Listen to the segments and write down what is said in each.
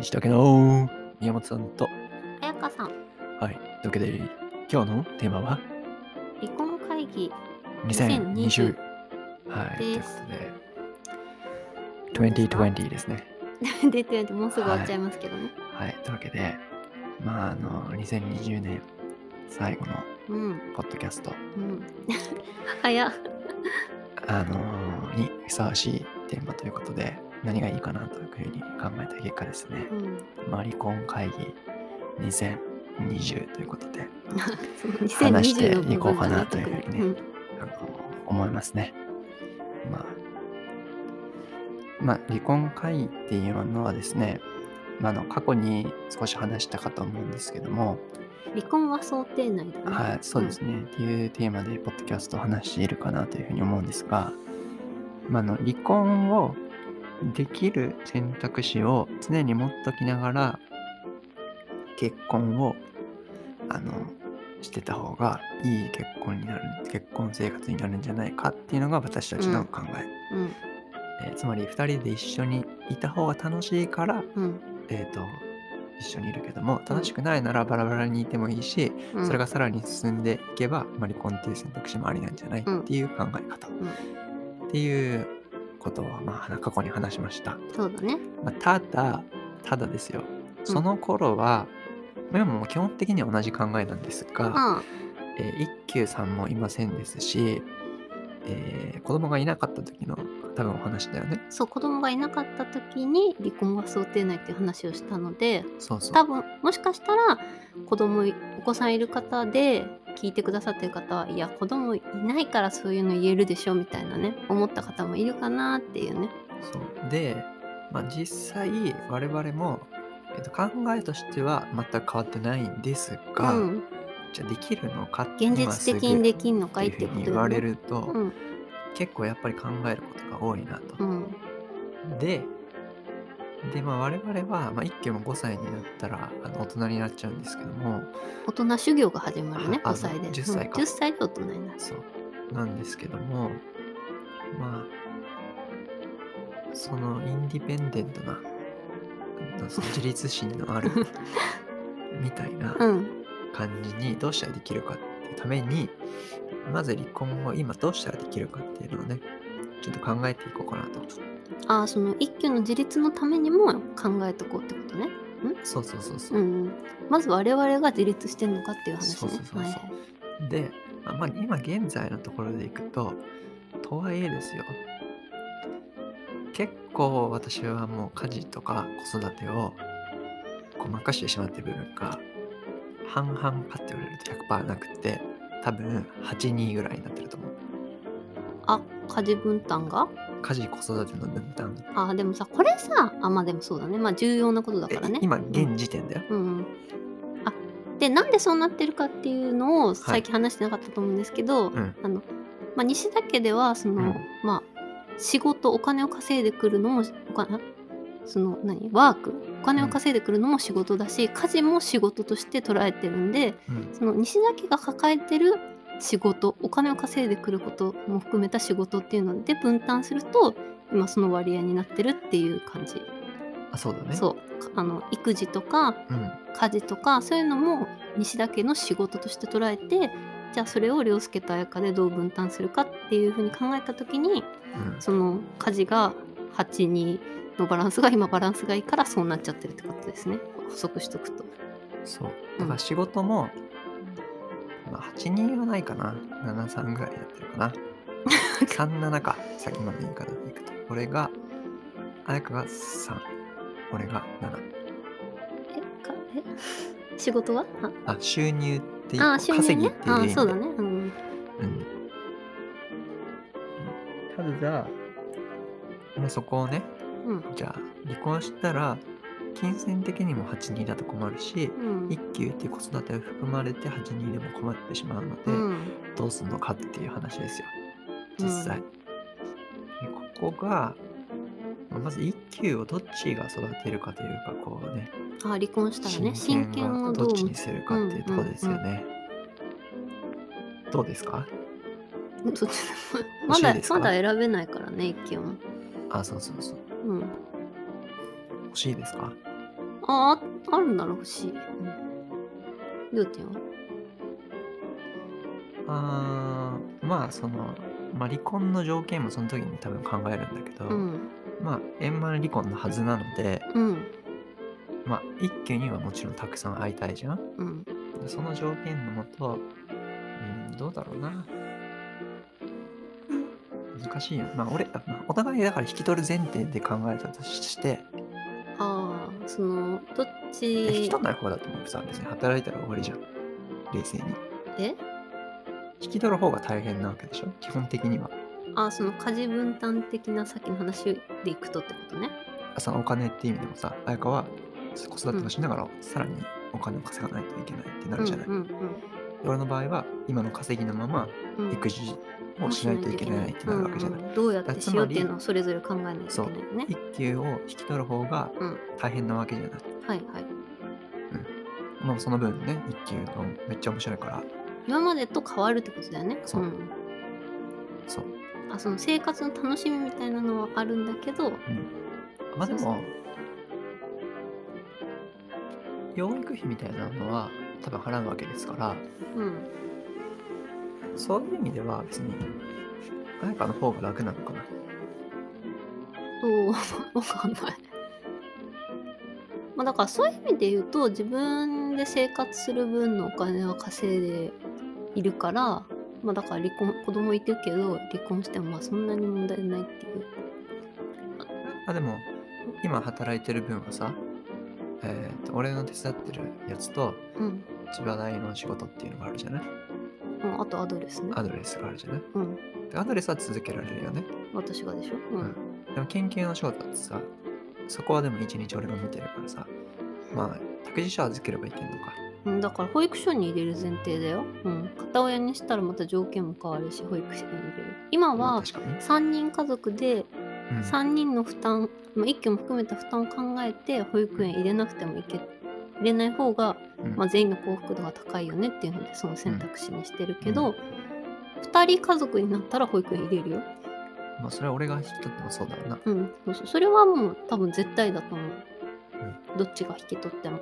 西竹の宮本さんと、 彩香さん、 はい、というわけで、今日のテーマは離婚会議 2020。 2020 はい、というこです。 とで、2020ですね。 出てもうすぐ終わっちゃいますけどね。 はい、というわけで、2020年最後のポッドキャスト、 早っ。 にふさわしいテーマということで、何がいいかなというふうに考えた結果ですね。離婚会議2020ということで、 その話して 2020のいこうかな部分がね、 というふうにね、思いますね。離婚会議っていうのはですね、過去に少し話したかと思うんですけども、 離婚は想定内だね。 はい、そうですね、っていうテーマでポッドキャストを話しているかなというふうに思うんですが、離婚をできる選択肢を常に持っときながら、結婚をしてた方がいい結婚生活になるんじゃないかっていうのが私たちの考え。つまり2人で一緒にいた方が楽しいから、一緒にいるけども、楽しくないならバラバラにいてもいいし、それがさらに進んでいけば、離婚っていう選択肢もありなんじゃないっていう考え方、っていうことを過去に話しました。 そうだね。 ただですよ、その頃は、今も基本的には同じ考えなんですが、一休さんもいませんですし、子供がいなかった時の多分お話だよね。 そう、子供がいなかった時に離婚は想定内っていう話をしたので、 そうそう。 多分もしかしたらお子さんいる方で聞いてくださってる方は、いや子供いないからそういうの言えるでしょみたいなね、思った方もいるかなっていうね。 そうで、実際我々も、考えとしては全く変わってないんですが、じゃあできるのか現今すぐ実的にできんのっていうかいってふうに言わいうことだよね。 れると、結構やっぱり考えることが多いなと。で、我々は、一家も5歳になったら大人になっちゃうんですけども、 大人修行が始まるね、5歳で。 10歳か。 10歳で大人になる。 そうなんですけども、そのインディペンデントな、その自立心のあるみたいな感じにどうしたらできるかっていうために、まず離婚を今どうしたらできるかっていうのをね、ちょっと考えていこうかなと。 その一挙の自立のためにも考えとこうってことね。 そう。 まず我々が自立してんのかっていう話ね。 で、今現在のところでいくと、とはいえですよ、結構私はもう家事とか子育てを任してしまっている部分が半々かって言われると 100% なくて、多分8-2ぐらいになってると思う。 家事分担が家事子育ての分担。 でもさ、これさ、でもそうだね。重要なことだからね。 今現時点だよ。 で、なんでそうなってるかっていうのを最近話してなかったと思うんですけど、西田家では仕事、お金を稼いでくるのもワーク、お金を稼いでくるのも仕事だし、家事も仕事として捉えてるんで、その西田家が抱えてる仕事、お金を稼いでくることも含めた仕事っていうので分担すると、今その割合になってるっていう感じ。 そうだね。 育児とか家事とかそういうのも西田家の仕事として捉えて、じゃあそれを涼介と彩香でどう分担するかっていうふうに考えた時に、その家事が8-2のバランスが今バランスがいいからそうなっちゃってるってことですね。補足しとくと。 そうだから仕事も、8-2はないかな、7-3ぐらいやってるかな。3-7か、さっき今の言い方でいくと、俺が彩香が3、俺が7。 仕事は収入っていう稼ぎっていう意味で。 そうだね。 ただそこをね、じゃあ離婚したら金銭的にも8-2だと困るし、一休っていう子育てを含まれて8-2でも困ってしまうので、どうすんのかっていう話ですよ、実際。でここがまず一休をどっちが育てるかというか、こうね、 離婚したらね、 親権をどっちにするかっていうところですよね。どうですか？ まだ選べないからね、一休も。 そう。欲しいですか？ あるなら欲しい。りょうてんは？ まあ離婚の条件もその時に多分考えるんだけど、円満離婚のはずなので、一家にはもちろんたくさん会いたいじゃん。その条件のもと、どうだろうな。難しいよ。お互いだから引き取る前提で考えたとして、 どっち引き取んない方だと思うさ、別に働いたら終わりじゃん。冷静に。引き取る方が大変なわけでしょ、基本的には。 その家事分担的な先の話でいくとってことね。 そのお金っていう意味でもさ、彩香は子育てをしながらさらにお金を稼がないといけないってなるじゃない。俺の場合は今の稼ぎのまま育児をしないといけないってなるわけじゃない。 どうやってしようっていうのをそれぞれ考えないといけないよね。 育休を引き取る方が大変なわけじゃない。その分ね、育休がめっちゃ面白いから。 今までと変わるってことだよね。 そう。 その生活の楽しみみたいなのはあるんだけど、 でも養育費みたいなのは多分払うわけですから、そういう意味では別に彩香の方が楽なのかな。 わかんない。だからそういう意味で言うと、自分で生活する分のお金は稼いでいるから、だから子供いてるけど離婚してもそんなに問題ないっていう。 でも今働いてる分はさ、俺の手伝ってるやつと千葉大の仕事っていうのがあるじゃない。 あとアドレスね。 アドレスがあるじゃない。アドレスは続けられるよね。 私がでしょ。 でも研究の仕事ってさ、そこはでも一日俺が見てるからさ、託児所預ければいけんのか。 だから保育所に入れる前提だよ。片親にしたらまた条件も変わるし、保育所に入れる。今は3人家族で3人の負担、一家も含めた負担を考えて保育園入れなくても入れない方が、全員の幸福度が高いよねっていうのでその選択肢にしてるけど、2人家族になったら保育園入れるよ。 それは俺が引き取ってもそうだろうな。 それはもう多分絶対だと思う。どっちが引き取っても。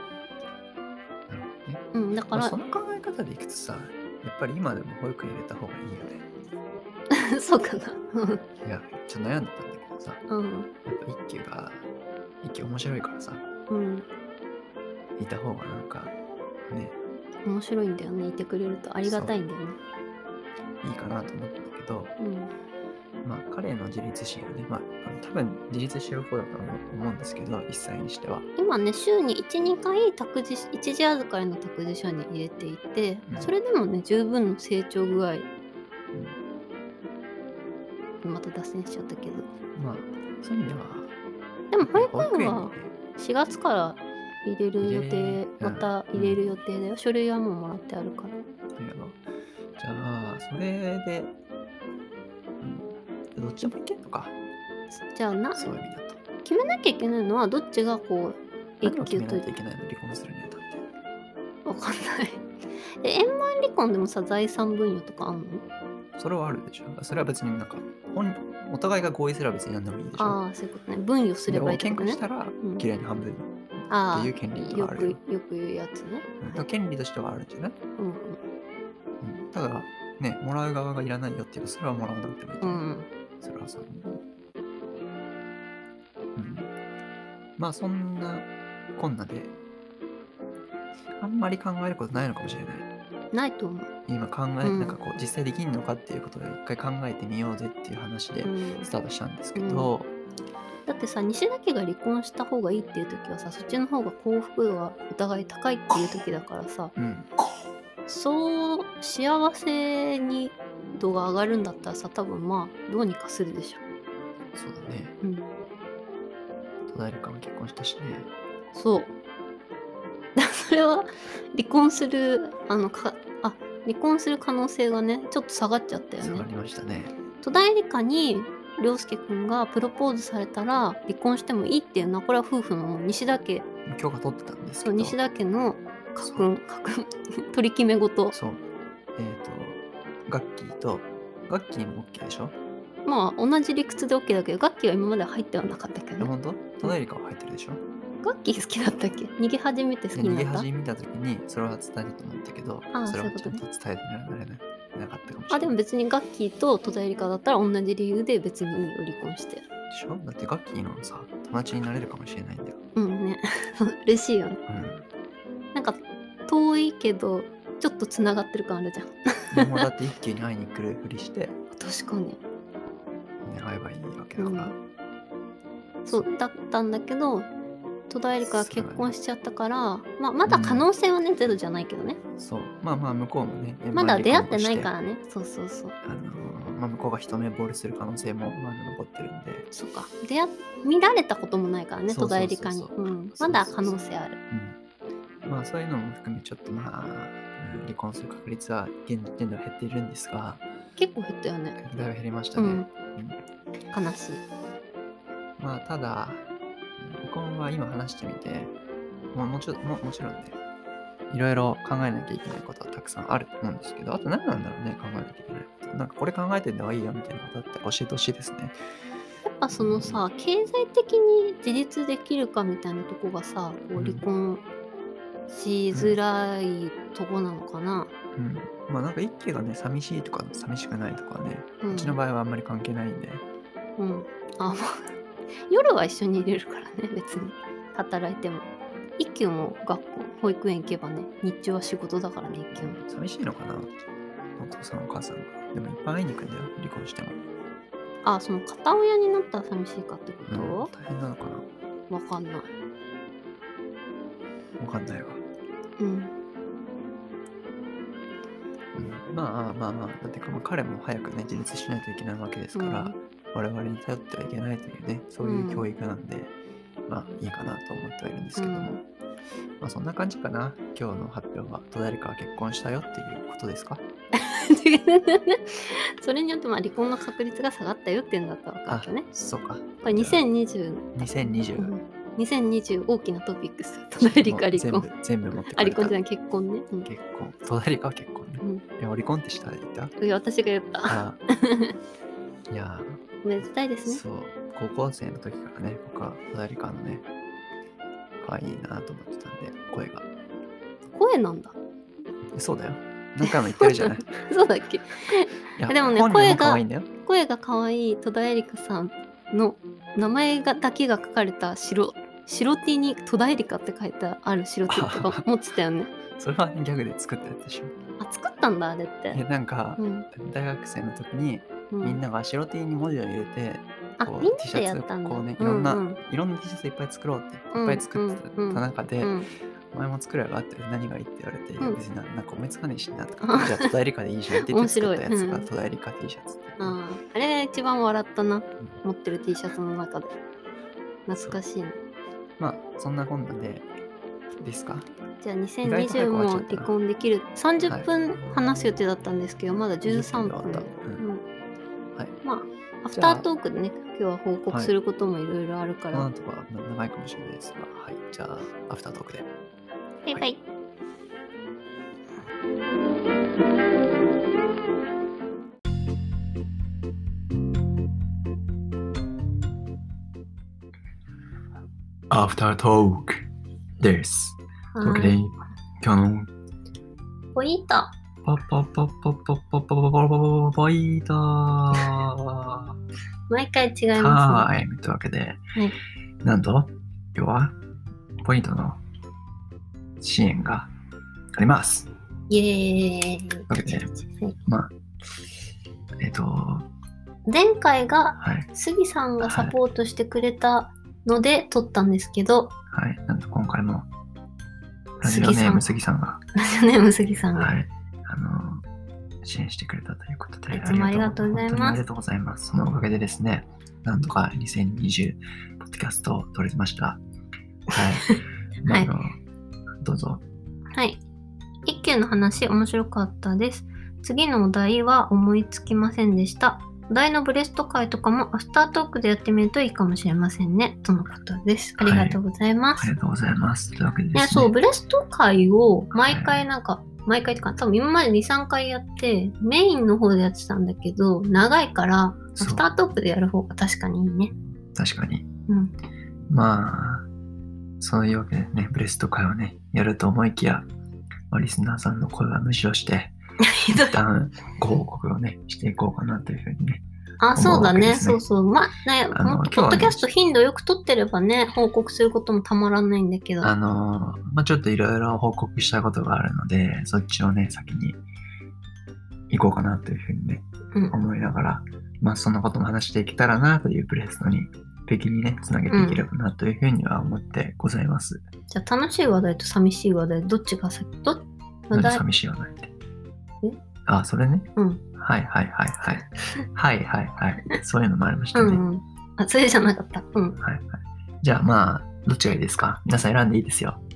だからその考え方でいくとさ、やっぱり今でも保育園入れた方がいいよね。そうかな。 いや、ちょっと悩んでたんだけどさ、やっぱ一休面白いからさ、いた方がなんかね、 面白いんだよね。いてくれるとありがたいんだよね。 いいかなと思ったんだけど、彼の自立心はね、多分自立してる方だと思うんですけど、1歳にしては。 今ね、週に1、2回一時預かりの託児所に入れていて、それでもね、十分の成長具合。また脱線しちゃったけど。 そういう意味では。 でも保育園は4月から入れる予定、また入れる予定だよ。書類はもうもらってあるから。 じゃあ、それで、どっちでもいけんのか。 じゃあそういう意味だと。 決めなきゃいけないのはどっちが一休と。決めないといけないの、離婚するにあたって。 わかんない。円満離婚でもさ、財産分与とかあんの？ それはあるでしょ。それは別にお互いが合意すれば別に何でもいいでしょ。 そういうことね。分与すればいいってことね。 喧嘩したら、綺麗に半分っていう権利があるよ。 よく言うやつね。 権利としてはあるんじゃない？ただね、もらう側がいらないよっていうと、それはもらわなくてもいいけど、それはそう。そんなこんなであんまり考えることないのかもしれない。 ないと思う。 今実際できんのかっていうことを一回考えてみようぜっていう話でスタートしたんですけど、 だってさ、西田家が離婚した方がいいっていう時はさ、そっちの方が幸福度がお互い高いっていう時だからさ、そう幸せに度が上がるんだったらさ、多分どうにかするでしょ。 そうだね。戸田恵梨香も結婚したしね。 そう。それは離婚する離婚する可能性がね、ちょっと下がっちゃったよね。 下がりましたね。 戸田恵梨香に涼介くんがプロポーズされたら離婚してもいいっていうのは、これは夫婦の西田家許可取ってたんですけど、 西田家の家訓取り決め事。 そう。ガッキーも OK でしょ。 同じ理屈で OK だけど、ガッキーは今まで入ってはなかったけど。 本当？戸田恵梨香は入ってるでしょ。 ガッキー好きだったっけ？逃げ始めて好きになった？ 逃げ始めた時にそれは伝えると思ったけど、それはちゃんと伝えてなかったかもしれない。 でも別にガッキーと戸田恵梨香だったら同じ理由で別にいいよ、離婚して。 でしょ？だってガッキーのさ、友達になれるかもしれないんだよ。 ね。嬉しいよね。なんか遠いけどちょっとつながってる感あるじゃん。 もうだって一気に会いに来るふりして確かに、 ね、会えばいいわけだから、 そうだったんだけど、戸田恵梨香が結婚しちゃったから、まだ可能性はね、ゼロじゃないけどね。 そう、まあ向こうもね、 まだ出会ってないからね。そう。 向こうが一目惚れする可能性もまだ残ってるんで。 そうか。見られたこともないからね、戸田恵梨香に。まだ可能性ある。 まあそういうのも含めちょっと離婚する確率は現時点では減っているんですが、 結構減ったよね。 だいぶ減りましたね。 悲しい。 まあただ離婚は今話してみて、もちろんね、いろいろ考えなきゃいけないことはたくさんあると思うんですけど、あと何なんだろうね、考えなきゃいけないこと。なんかこれ考えてんだ方がいいよみたいなことって教えてほしいですね。 やっぱそのさ、経済的に自立できるかみたいなとこがさ、こう離婚しづらいとこなのかな。 まあなんか一家がね、寂しいとか寂しくないとかね、うちの場合はあんまり関係ないんで。 夜は一緒に入れるからね、別に働いても。一休も学校、保育園行けばね、日中は仕事だからね、一休も。 寂しいのかな、お父さんお母さんが。でもいっぱい会いに行くんだよ、離婚しても。 その片親になったら寂しいかってこと？ 大変なのかな。 わかんない。 わかんないわ。まあ、だって彼も早くね、自立しないといけないわけですから、我々に頼ってはいけないというね、そういう教育なんで、いいかなと思ってはいるんですけども、そんな感じかな。今日の発表は、戸田恵梨香は結婚したよっていうことですか？ それによって離婚の確率が下がったよっていうんだったら分かるよね。 そうか。 これ2020大きなトピックス。戸田恵梨香離婚。 全部持ってかれた。 離婚じゃない、結婚ね。 結婚。戸田恵梨香は結婚ね。離婚ってしたら言った？ いや、私が言った。 いやおめでたいですね。 そう。高校生の時からね、僕は戸田恵梨香のね、可愛いなと思ってたんで、 声なんだ。 そうだよ。何回も言ってるじゃない。 そうだっけ？でもね、声が可愛い戸田恵梨香さんの名前だけが書かれた白 T に戸田恵梨香って書いてある白 T とか持ってたよね。 それはギャグで作ったやつでしょ。 作ったんだあれって。 なんか、大学生の時にみんなが白 T に文字を入れて、 みんなでやったんだ。 こうね、いろんな T シャツいっぱい作ろうっていっぱい作ってた中で、お前も作ればって何がいいって言われて、別になんか思いつかねえしなとか、じゃあ戸田恵梨香でいいじゃんって言って作ったやつが戸田恵梨香 T シャツ。 あれが一番笑ったな、持ってる T シャツの中で。懐かしいね。 そんなこんなでですか？ じゃあ2020も離婚できる。30分話す予定だったんですけど、まだ13分。アフタートークでね、今日は報告することもいろいろあるから。 なんとか長いかもしれないですが、じゃあアフタートークで。 バイバイ。 アフタートークです。というわけで、今日のポイント。 ポイント。 毎回違いますね。というわけで、なんと今日はポイントの支援があります。 イエーイ。というわけで、前回が杉さんがサポートしてくれたので撮ったんですけど、 なんと今回もラジオネーム杉さんが支援してくれたということで、 いつもありがとうございます。 ありがとうございます。そのおかげでですね、なんとか2020ポッドキャストを撮れました。どうぞ。一休の話面白かったです。次のお題は思いつきませんでした。お題のブレスト会とかもアフタートークでやってみるといいかもしれませんね。とのことです。ありがとうございます。 ありがとうございます。というわけでですね。 そう、ブレスト会を毎回毎回とか、多分今まで2、3回やって、メインの方でやってたんだけど、長いから、アフタートークでやる方が確かにいいね。 確かに。 そういうわけでね、ブレスト会をね、やると思いきや、リスナーさんの声は無視をして、一旦ご報告をね、していこうかなというふうにね。 そうだね。そうそう。まあね、もっとポッドキャスト頻度よく撮ってればね、報告することもたまらないんだけど。 ちょっといろいろ報告したことがあるので、そっちをね、先に行こうかなというふうにね、思いながら、そんなことも話していけたらなというブレストに、的にね、つなげていければなというふうには思ってございます。 じゃあ楽しい話題と寂しい話題、どっちが先？ 何寂しい話題って。それね。はい。そういうのもありましたね。 それじゃなかった。 じゃあどっちがいいですか？皆さん選んでいいですよ。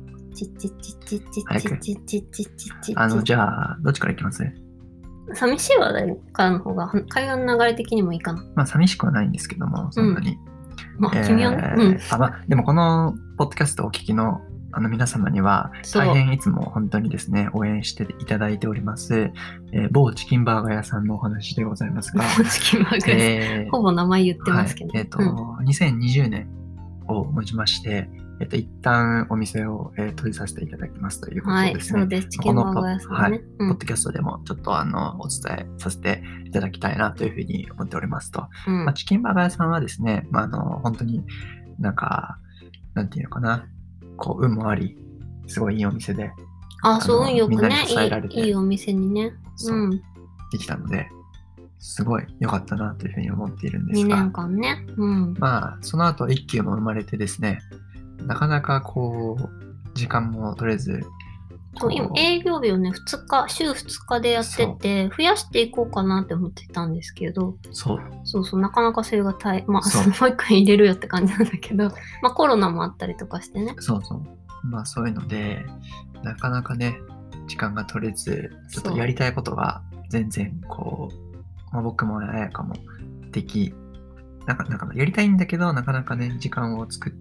じゃあ、どっちからいきます？ 寂しい話題からの方が会話の流れ的にもいいかな。 寂しくはないんですけども、そんなに。 君はね。 でもこのポッドキャストをお聞きの皆様には大変いつも本当にですね応援していただいております、某チキンバーガー屋さんのお話でございますが、 某チキンバーガー屋さん、ほぼ名前言ってますけど、 2020年をもちまして、一旦お店を、閉じさせていただきますということですね。 そうです。チキンバーガー屋さんね。 ポッドキャストでもちょっとお伝えさせていただきたいなというふうに思っておりますと。チキンバーガー屋さんはですね、本当になんていうのかな、運もあり、すごいいいお店で。 運よくね、いいお店にね。 できたので、すごい良かったなというふうに思っているんですが。 2年間ね。 その後、一休も生まれてですね、なかなか時間も取れず。 今、営業日をね、週2日でやってて、増やしていこうかなって思ってたんですけど、そう、なかなかそれがもう一回入れるよって感じなんだけど、コロナもあったりとかしてね。 そういうので、なかなかね、時間が取れず、ちょっとやりたいことが全然僕も彩香もやりたいんだけど、なかなかね、時間を作って、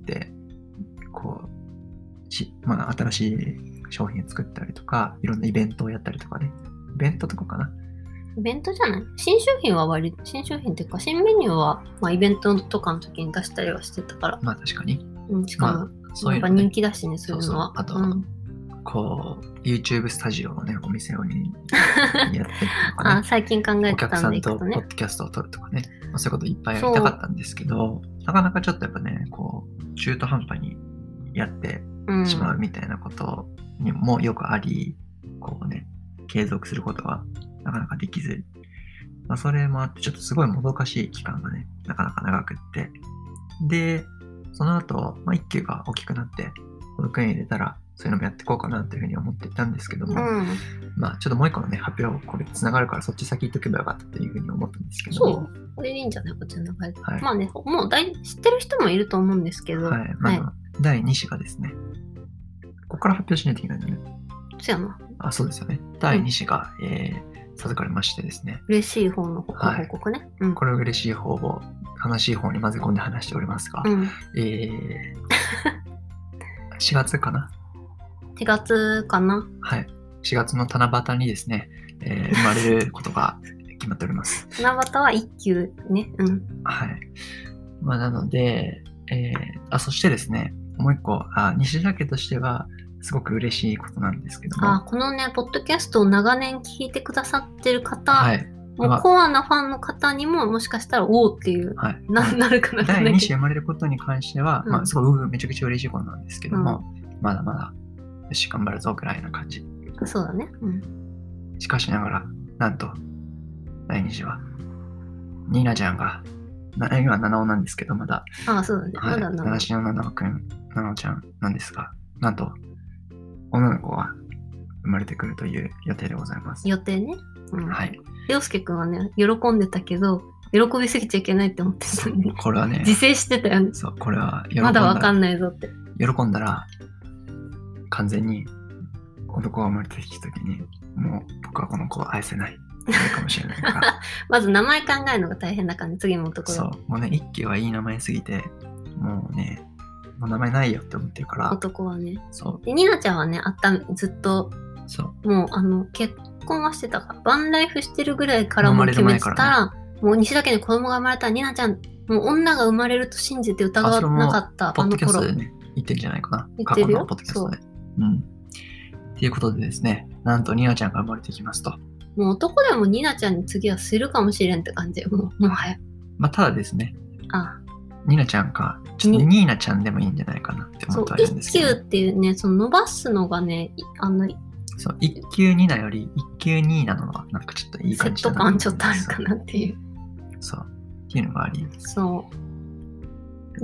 新しい商品作ったりとか、いろんなイベントをやったりとかね。イベントとかかな。 イベントじゃない？新商品っていうか、新メニューは、イベントとかの時に出したりはしてたから。 確かに。 しかも、そういうの、人気だしね、そういうのは。 あと、YouTube スタジオのね、お店をやってるとかね。 最近考えてたんだけどね。 お客さんとポッドキャストを撮るとかね。そういうこといっぱいやりたかったんですけど、なかなかちょっとやっぱね、中途半端にやってしまうみたいなことにもよくあり、継続することがなかなかできず、それもあってちょっとすごいもどかしい期間がね、なかなか長くって、で、その後、一休が大きくなって、保育園入れたら、そういうのもやっていこうかなというふうに思っていたんですけども、ちょっともう一個のね、発表、これつながるからそっち先言っとけばよかったというふうに思ったんですけど、 そう、これでいいんじゃない？こっちの流れ。もう知ってる人もいると思うんですけど、 第2子がですね、ここから発表しないといけないんだね。 そうやな。 そうですよね。第2子が、授かりましてですね。 嬉しい方の報告ね。 これを嬉しい方を、悲しい方に混ぜ込んで話しておりますが、4月かな。 4月かな。 はい。4月の七夕にですね、生まれることが決まっております。 七夕は1級ね。 はい。なので、そしてですね、もう一個、西田家としては、すごく嬉しいことなんですけども。 このね、ポッドキャストを長年聞いてくださってる方、もうコアなファンの方にももしかしたら、おーっていう、なるかな。 第2子生まれることに関しては、すごいめちゃくちゃ嬉しいことなんですけども、まだまだ、よし、頑張るぞぐらいな感じ。 そうだね。 しかしながら、なんと、第2子は、ニーナちゃんが、今、七尾なんですけど、まだ。 そうだね。まだ七子の七尾くん、七尾ちゃんなんですが、なんと、女の子が生まれてくるという予定でございます。 予定ね。 はい。 陽介くんはね、喜んでたけど、喜びすぎちゃいけないって思ってたんで。 これはね。 自制してたよね。 そう、これはまだわかんないぞって。 喜んだら、完全に男が生まれてきた時に、もう僕はこの子を愛せない。かもしれないから。 まず名前考えるのが大変だからね、次の男が。 そう、もうね、一休はいい名前すぎて、もうね、もう名前ないよって思ってるから。 男はね。 そう。 で、ニナちゃんはね、ずっと、もう結婚はしてたから、バンライフしてるぐらいからも決めてたら、もう西田家に子供が生まれたら、ニナちゃん、もう女が生まれると信じて疑わなかったポッドキャストでね、 言ってるんじゃないかな。 言ってるよ。 過去のポッドキャストで。っていうことでですね、なんとニナちゃんが生まれてきますと。 もう男でもニナちゃんに次はするかもしれんって感じよ。もはや。 ただですね、 あ、 ニナちゃんか、ちょっとニーナちゃんでもいいんじゃないかなって思ってはいるんですけど、 一級っていうね、その伸ばすのがね、 そう、一級ニナより一級ニーナのがなんかちょっといい感じセット感ちょっとあるかなっていう。 そう。っていうのがあり。 そう。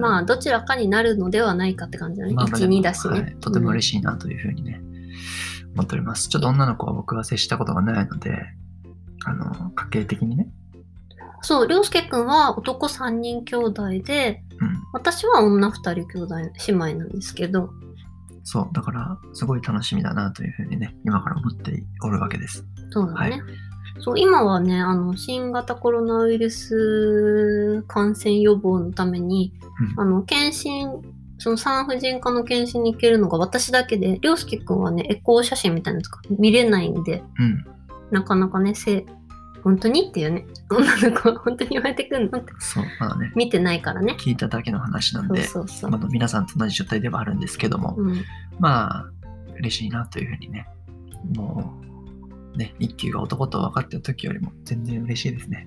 まあ、どちらかになるのではないかって感じだね。1、2だしね、はい。 とても嬉しいなというふうにね、思っております。ちょっと女の子は僕は接したことがないので、家系的にね。 そう、りょうすけくんは男3人兄弟で、私は女2人兄弟、姉妹なんですけど。 そう、だからすごい楽しみだなというふうにね、今から思っておるわけです。 そうだね。はい、そう今はね、新型コロナウイルス感染予防のために、検診、その産婦人科の検診に行けるのが私だけで、りょうすけくんはね、エコー写真みたいなやつが見れないんで、なかなかね、本当にっていうね、女の子は本当に言われてくるのって。 そう、まだね。 見てないからね。 聞いただけの話なんで、まだ皆さんと同じ状態ではあるんですけども、まあ、嬉しいなというふうにね、もう、ね、一級が男と分かってる時よりも全然嬉しいですね。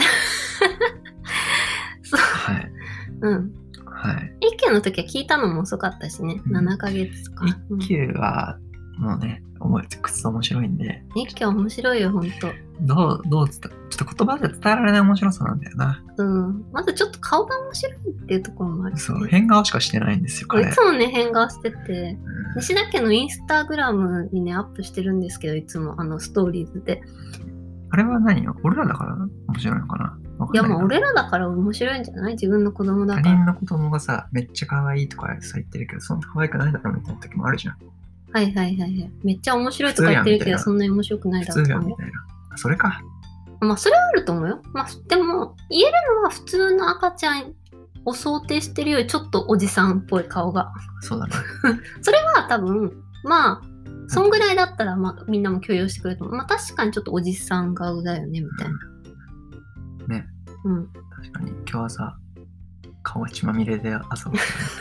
そう。 はい。 はい。一級の時は聞いたのも遅かったしね、7ヶ月とか。 一級は、もうね、くつ面白いんで。 一級は面白いよ、ほんと。 どうちょっと言葉で伝えられない面白さなんだよな。 まずちょっと顔が面白いっていうところもある、ね。 そう、変顔しかしてないんですよ、彼。 いつもね、変顔してて、西田家のインスタグラムにね、アップしてるんですけど、いつもストーリーズで。 あれは何よ？俺らだから面白いのかな？ いや、もう俺らだから面白いんじゃない？自分の子供だから。 他人の子供がさ、めっちゃ可愛いとかさ言ってるけど、そんな可愛くないだろみたいな時もあるじゃん。 はい。めっちゃ面白いとか言ってるけど、そんなに面白くないだろうとか。 みたいな。それか。 まあ、それはあると思うよ。まあ、でも、言えるのは普通の赤ちゃんを想定してるよりちょっとおじさんっぽい顔が。 そうだね。それは多分、まあ、そんぐらいだったら、まあ、みんなも許容してくれると思う。まあ、確かにちょっとおじさん顔だよね、みたいな。 ね。確かに、今日はさ、顔血まみれで遊ぶ。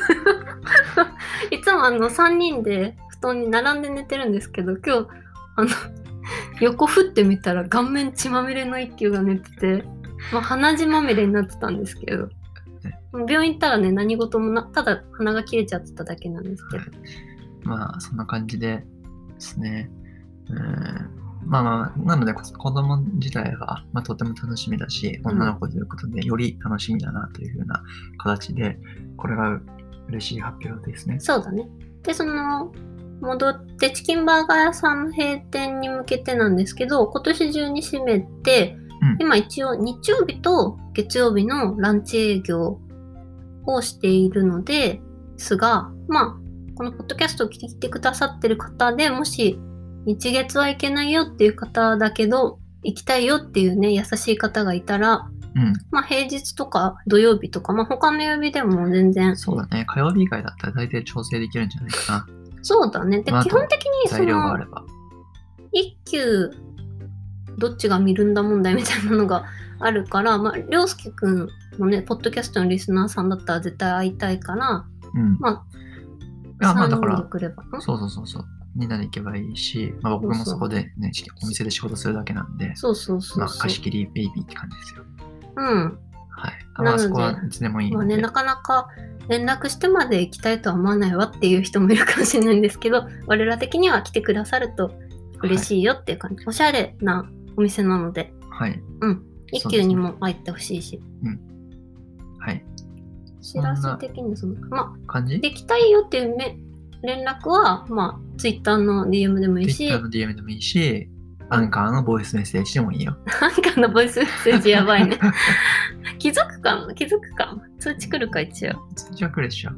いつも3人で布団に並んで寝てるんですけど、今日、横振ってみたら顔面血まみれの一級が寝てて、まあ、鼻血まみれになってたんですけど、病院行ったらね、何事もただ鼻が切れちゃってただけなんですけど。 まあ、そんな感じでですね。まあ、なので、子供自体が、まあ、とても楽しみだし、女の子ということで、より楽しみだなというふうな形で、これが嬉しい発表ですね。 そうだね。で、戻ってチキンバーガー屋さんの閉店に向けてなんですけど、今年中に閉めて、今一応日曜日と月曜日のランチ営業をしているのですが、まあ、このポッドキャストを聞いてくださってる方でもし日月はいけないよっていう方だけど行きたいよっていうね優しい方がいたら、まあ平日とか土曜日とか、まあ他の曜日でも全然。 そうだね。火曜日以外だったら大体調整できるんじゃないかな。 そうだね。で、基本的に材料があれば。 一級どっちが見るんだ問題みたいなのがあるから、まあ、りょうすけくんもね、ポッドキャストのリスナーさんだったら絶対会いたいから、まあ、 まあだから、そう。みんなで行けばいいし、まあ、僕もそこでね、お店で仕事するだけなんで、まあ、貸し切りベイビーって感じですよ。はい。まあ、そこはいつでもいいので。 まあね、なかなか連絡してまで行きたいとは思わないわっていう人もいるかもしれないんですけど、我ら的には来てくださると嬉しいよっていう感じ。おしゃれなお店なので。 はい。 一級にも入ってほしいし。 はい。 知らせ的にまあ、 感じ？ できたいよっていう連絡は、まあ、Twitter の DM でもいいし。 Twitter の DM でもいいし、アンカーのボイスメッセージでもいいよ。 アンカーのボイスメッセージやばいね。気づくか通知来るか一応。 通知は来るでしょ。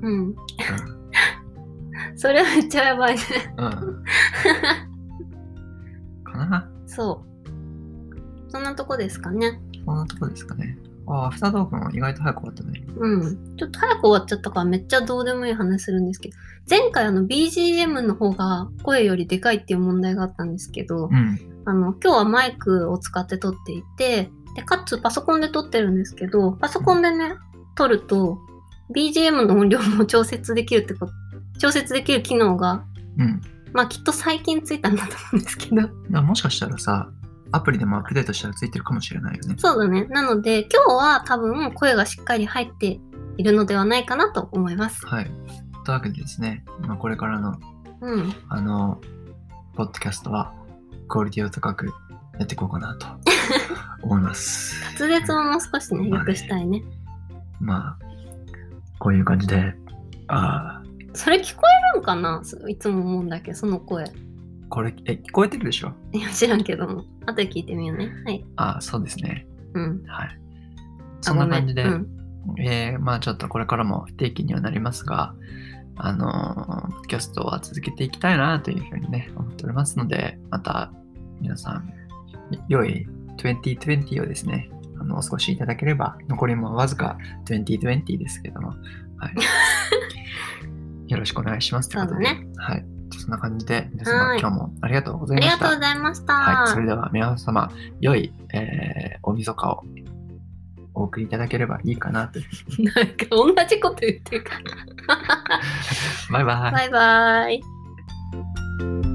それはめっちゃやばいね。 かな？ そう。そんなとこですかね。 アフタートークも意外と早く終わったね。 ちょっと早く終わっちゃったからめっちゃどうでもいい話するんですけど、前回BGM の方が声よりでかいっていう問題があったんですけど、今日はマイクを使って撮っていて、で、かつパソコンで撮ってるんですけど、パソコンでね、撮ると BGM の音量も調節できるってこ調節できる機能が、 うん。 きっと最近ついたんだと思うんですけど。 もしかしたらさ、アプリでもアップデートしたらついてるかもしれないよね。 そうだね。なので、今日は多分声がしっかり入っているのではないかなと思います。 はい。というわけでですね、これからの、ポッドキャストはクオリティを高くやっていこうかなと思います。 滑舌をもう少しね、良くしたいね。 こういう感じで、 それ聞こえるんかな？いつも思うんだけど、その声。 これ、聞こえてるでしょ？ いや、知らんけども。後で聞いてみようね。はい。 そうですね。はい。 そんな感じで、ちょっとこれからも不定期にはなりますが、ポッドキャストは続けていきたいなというふうにね、思っておりますので、また皆さん、良い2020をですね、お過ごしいただければ、残りもわずか2020ですけども、はい。よろしくお願いしますということで。 そうだね。 はい。そんな感じで、皆様、今日もありがとうございました。 ありがとうございました。 はい。それでは皆様、良い、大晦日をお送りいただければいいかなと。 なんか同じこと言ってるから。 バイバイ。 バイバイ。